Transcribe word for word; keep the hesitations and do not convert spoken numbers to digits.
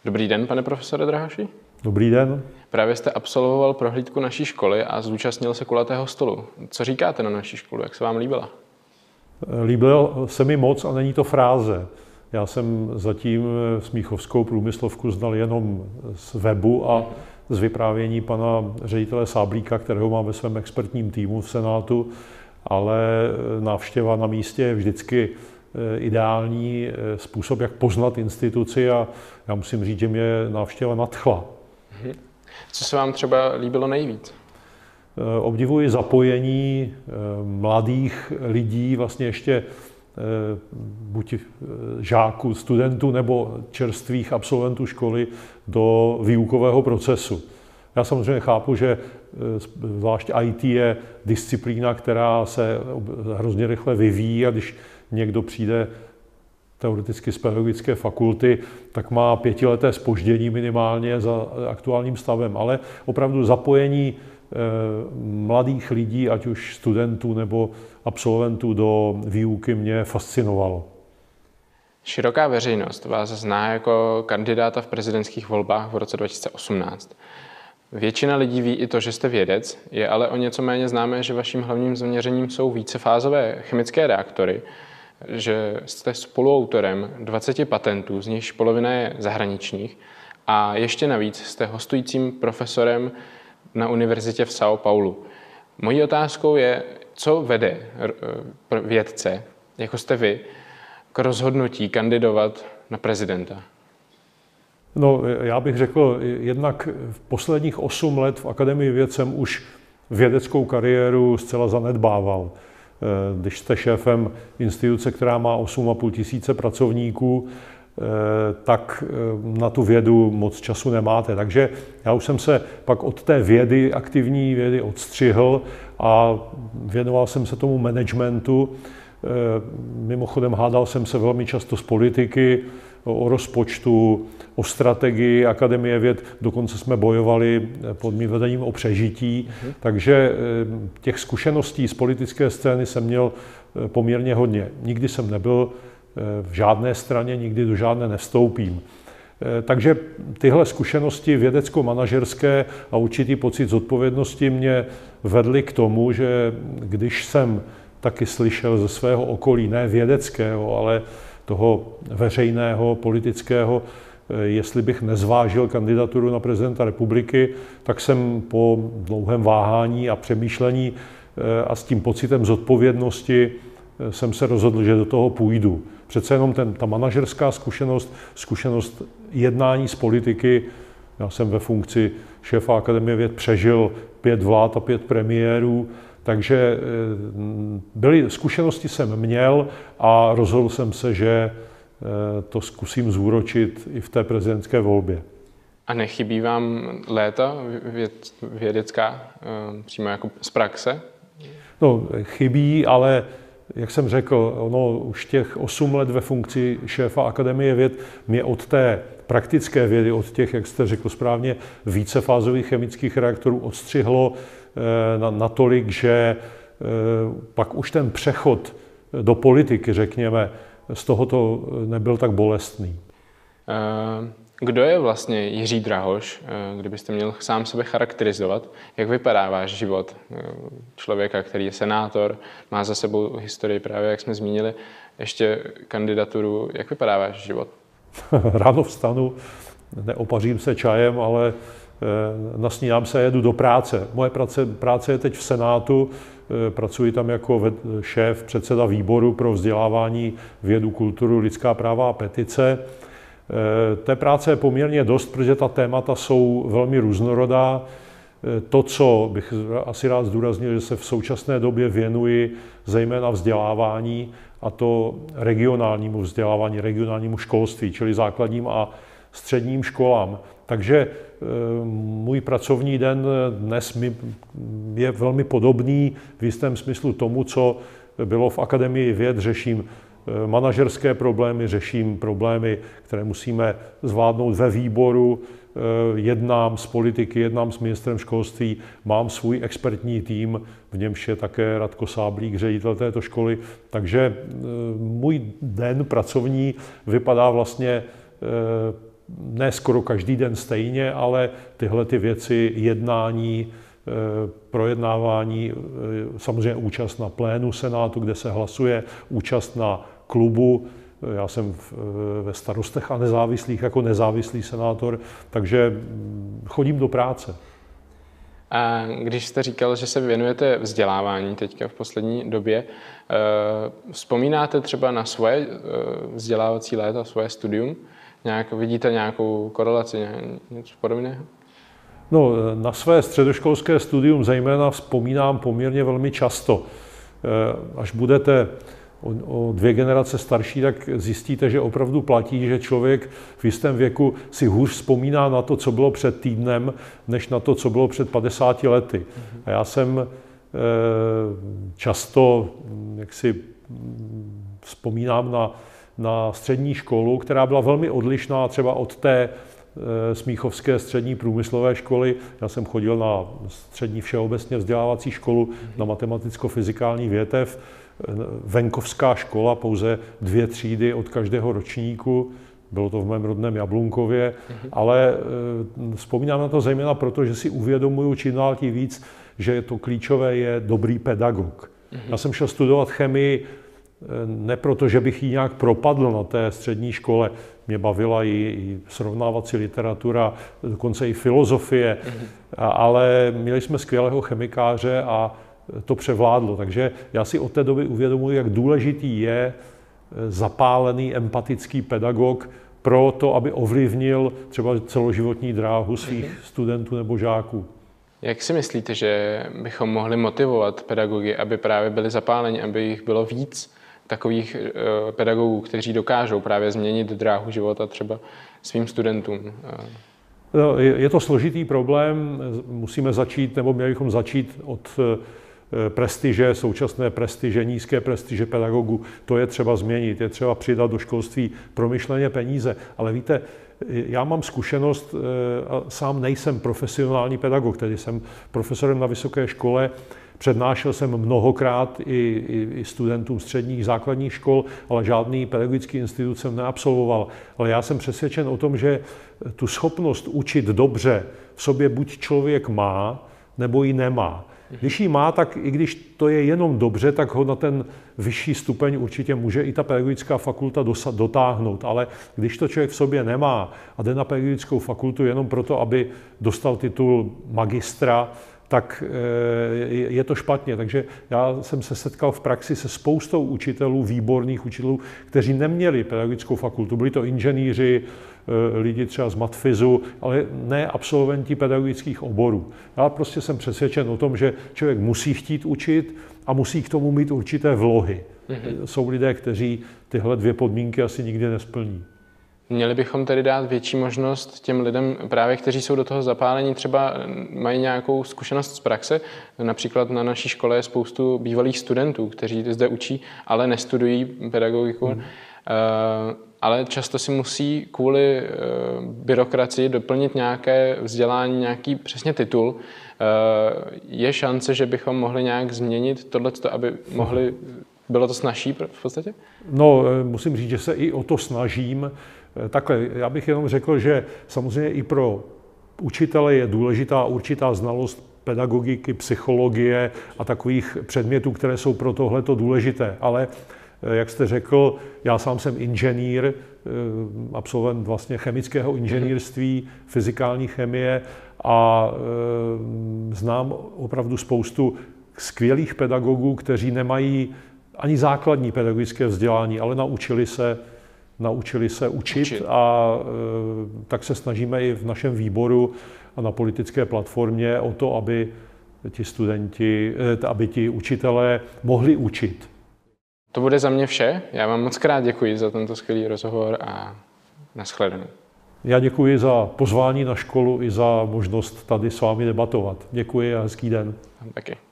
Dobrý den, pane profesore Drahoši. Dobrý den. Právě jste absolvoval prohlídku naší školy a zúčastnil se kulatého stolu. Co říkáte na naší školu? Jak se vám líbila? Líbilo se mi moc a není to fráze. Já jsem zatím smíchovskou průmyslovku znal jenom z webu a z vyprávění pana ředitele Sáblíka, kterého mám ve svém expertním týmu v Senátu, ale návštěva na místě je vždycky ideální způsob, jak poznat instituci a já musím říct, že mě návštěva nadchla. Co se vám třeba líbilo nejvíc? Obdivuji zapojení mladých lidí, vlastně ještě buď žáků, studentů nebo čerstvých absolventů školy do výukového procesu. Já samozřejmě chápu, že zvlášť í té je disciplína, která se hrozně rychle vyvíjí a když někdo přijde teoreticky z pedagogické fakulty, tak má pětileté zpoždění minimálně za aktuálním stavem, ale opravdu zapojení mladých lidí, ať už studentů nebo absolventů do výuky mě fascinovalo. Široká veřejnost vás zná jako kandidáta v prezidentských volbách v roce dva tisíce osmnáct. Většina lidí ví i to, že jste vědec, je ale o něco méně známé, že vaším hlavním zaměřením jsou vícefázové chemické reaktory, že jste spoluautorem dvaceti patentů, z nichž polovina je zahraničních, a ještě navíc jste hostujícím profesorem na univerzitě v São Paulu. Mojí otázkou je, co vede vědce, jako jste vy, k rozhodnutí kandidovat na prezidenta? No, já bych řekl, jednak v posledních osm let v Akademii věd jsem už vědeckou kariéru zcela zanedbával. Když jste šéfem instituce, která má osm a půl tisíce pracovníků, tak na tu vědu moc času nemáte. Takže já už jsem se pak od té vědy, aktivní vědy odstřihl a věnoval jsem se tomu managementu. Mimochodem hádal jsem se velmi často s politiky o rozpočtu, o strategii Akademie věd, dokonce jsme bojovali pod mým vedením o přežití, mhm. takže těch zkušeností z politické scény jsem měl poměrně hodně. Nikdy jsem nebyl v žádné straně, nikdy do žádné nevstoupím. Takže tyhle zkušenosti vědecko-manažerské a určitý pocit zodpovědnosti mě vedly k tomu, že když jsem taky slyšel ze svého okolí, ne vědeckého, ale toho veřejného, politického, jestli bych nezvážil kandidaturu na prezidenta republiky, tak jsem po dlouhém váhání a přemýšlení a s tím pocitem zodpovědnosti jsem se rozhodl, že do toho půjdu. Přece jenom ten, ta manažerská zkušenost, zkušenost jednání s politiky, já jsem ve funkci šéfa Akademie věd přežil pět vlád a pět premiérů, takže byly, zkušenosti jsem měl a rozhodl jsem se, že to zkusím zúročit i v té prezidentské volbě. A nechybí vám léta věd, vědecká, přímo jako z praxe? No, chybí, ale jak jsem řekl, ono už těch osm let ve funkci šéfa Akademie věd mě od té praktické vědy, od těch, jak jste řekl správně, vícefázových chemických reaktorů odstřihlo natolik, že pak už ten přechod do politiky, řekněme, z tohoto nebyl tak bolestný. Kdo je vlastně Jiří Drahoš, kdybyste měl sám sebe charakterizovat? Jak vypadá váš život člověka, který je senátor, má za sebou historii právě, jak jsme zmínili, ještě kandidaturu. Jak vypadá váš život? Ráno vstanu, neopařím se čajem, ale nasnídám se a jedu do práce. Moje práce, práce je teď v Senátu, pracuji tam jako šéf, předseda výboru pro vzdělávání, vědu, kulturu, lidská práva a petice. Té práce je poměrně dost, protože ta témata jsou velmi různorodá. To, co bych asi rád zdůraznil, že se v současné době věnuji zejména vzdělávání, a to regionálnímu vzdělávání, regionálnímu školství, čili základním a středním školám. Takže můj pracovní den dnes mi je velmi podobný v jistém smyslu tomu, co bylo v Akademii věd. Řeším manažerské problémy, řeším problémy, které musíme zvládnout ve výboru, jednám s politiky, jednám s ministrem školství, mám svůj expertní tým, v němž je také Radko Sáblík, ředitel této školy, takže můj den pracovní vypadá vlastně ne skoro každý den stejně, ale tyhle ty věci, jednání, projednávání, samozřejmě účast na plénu Senátu, kde se hlasuje, účast na klubu. Já jsem ve Starostech a nezávislých jako nezávislý senátor, takže chodím do práce. A když jste říkal, že se věnujete vzdělávání teďka v poslední době, vzpomínáte třeba na svoje vzdělávací léta, svoje studium? Nějak, vidíte nějakou korelaci, něco podobného? No, na své středoškolské studium zejména vzpomínám poměrně velmi často. Až budete o dvě generace starší, tak zjistíte, že opravdu platí, že člověk v jistém věku si hůř vzpomíná na to, co bylo před týdnem, než na to, co bylo před padesáti lety. A já jsem často, jak si vzpomínám na, na střední školu, která byla velmi odlišná třeba od té Smíchovské střední průmyslové školy. Já jsem chodil na střední všeobecně vzdělávací školu na matematicko-fyzikální větev. Venkovská škola, pouze dvě třídy od každého ročníku. Bylo to v mém rodném Jablunkově, mm-hmm. ale e, vzpomínám na to zejména proto, že si uvědomuju čím dál tím víc, že to klíčové je dobrý pedagog. Mm-hmm. Já jsem šel studovat chemii ne proto, že bych ji nějak propadl na té střední škole. Mě bavila i, i srovnávací literatura, dokonce i filozofie, mm-hmm. a, ale měli jsme skvělého chemikáře a to převládlo. Takže já si od té doby uvědomuji, jak důležitý je zapálený, empatický pedagog pro to, aby ovlivnil třeba celoživotní dráhu svých mm-hmm. studentů nebo žáků. Jak si myslíte, že bychom mohli motivovat pedagogy, aby právě byli zapáleni, aby jich bylo víc takových uh, pedagogů, kteří dokážou právě změnit dráhu života třeba svým studentům? No, je, je to složitý problém, musíme začít, nebo měli bychom začít od prestiže, současné prestiže, nízké prestiže pedagogů. To je třeba změnit, je třeba přidat do školství promyšleně peníze. Ale víte, já mám zkušenost, sám nejsem profesionální pedagog, tedy jsem profesorem na vysoké škole, přednášel jsem mnohokrát i, i, i studentům středních základních škol, ale žádný pedagogický institut jsem neabsolvoval. Ale já jsem přesvědčen o tom, že tu schopnost učit dobře v sobě buď člověk má, nebo ji nemá. Když ji má, tak i když to je jenom dobře, tak ho na ten vyšší stupeň určitě může i ta pedagogická fakulta dotáhnout. Ale když to člověk v sobě nemá a jde na pedagogickou fakultu jenom proto, aby dostal titul magistra, tak je to špatně. Takže já jsem se setkal v praxi se spoustou učitelů, výborných učitelů, kteří neměli pedagogickou fakultu. Byli to inženýři, lidi třeba z matfizu, ale ne absolventi pedagogických oborů. Já prostě jsem přesvědčen o tom, že člověk musí chtít učit a musí k tomu mít určité vlohy. Mm-hmm. Jsou lidé, kteří tyhle dvě podmínky asi nikdy nesplní. Měli bychom tedy dát větší možnost těm lidem, právě kteří jsou do toho zapálení, třeba mají nějakou zkušenost z praxe. Například na naší škole je spoustu bývalých studentů, kteří zde učí, ale nestudují pedagogiku. Hmm. Ale často si musí kvůli byrokracii doplnit nějaké vzdělání, nějaký přesně titul. Je šance, že bychom mohli nějak změnit tohleto, aby mohli, bylo to snazší v podstatě? No, musím říct, že se i o to snažím. Takhle, já bych jenom řekl, že samozřejmě i pro učitele je důležitá určitá znalost pedagogiky, psychologie a takových předmětů, které jsou pro tohleto důležité. Ale jak jste řekl, já sám jsem inženýr, absolvent vlastně chemického inženýrství, fyzikální chemie a znám opravdu spoustu skvělých pedagogů, kteří nemají ani základní pedagogické vzdělání, ale naučili se naučili se učit, učit. a e, tak se snažíme i v našem výboru a na politické platformě o to, aby ti studenti, e, aby ti učitelé mohli učit. To bude za mě vše. Já vám moc krát děkuji za tento skvělý rozhovor a nashledanou. Já děkuji za pozvání na školu i za možnost tady s vámi debatovat. Děkuji a hezký den. Taky.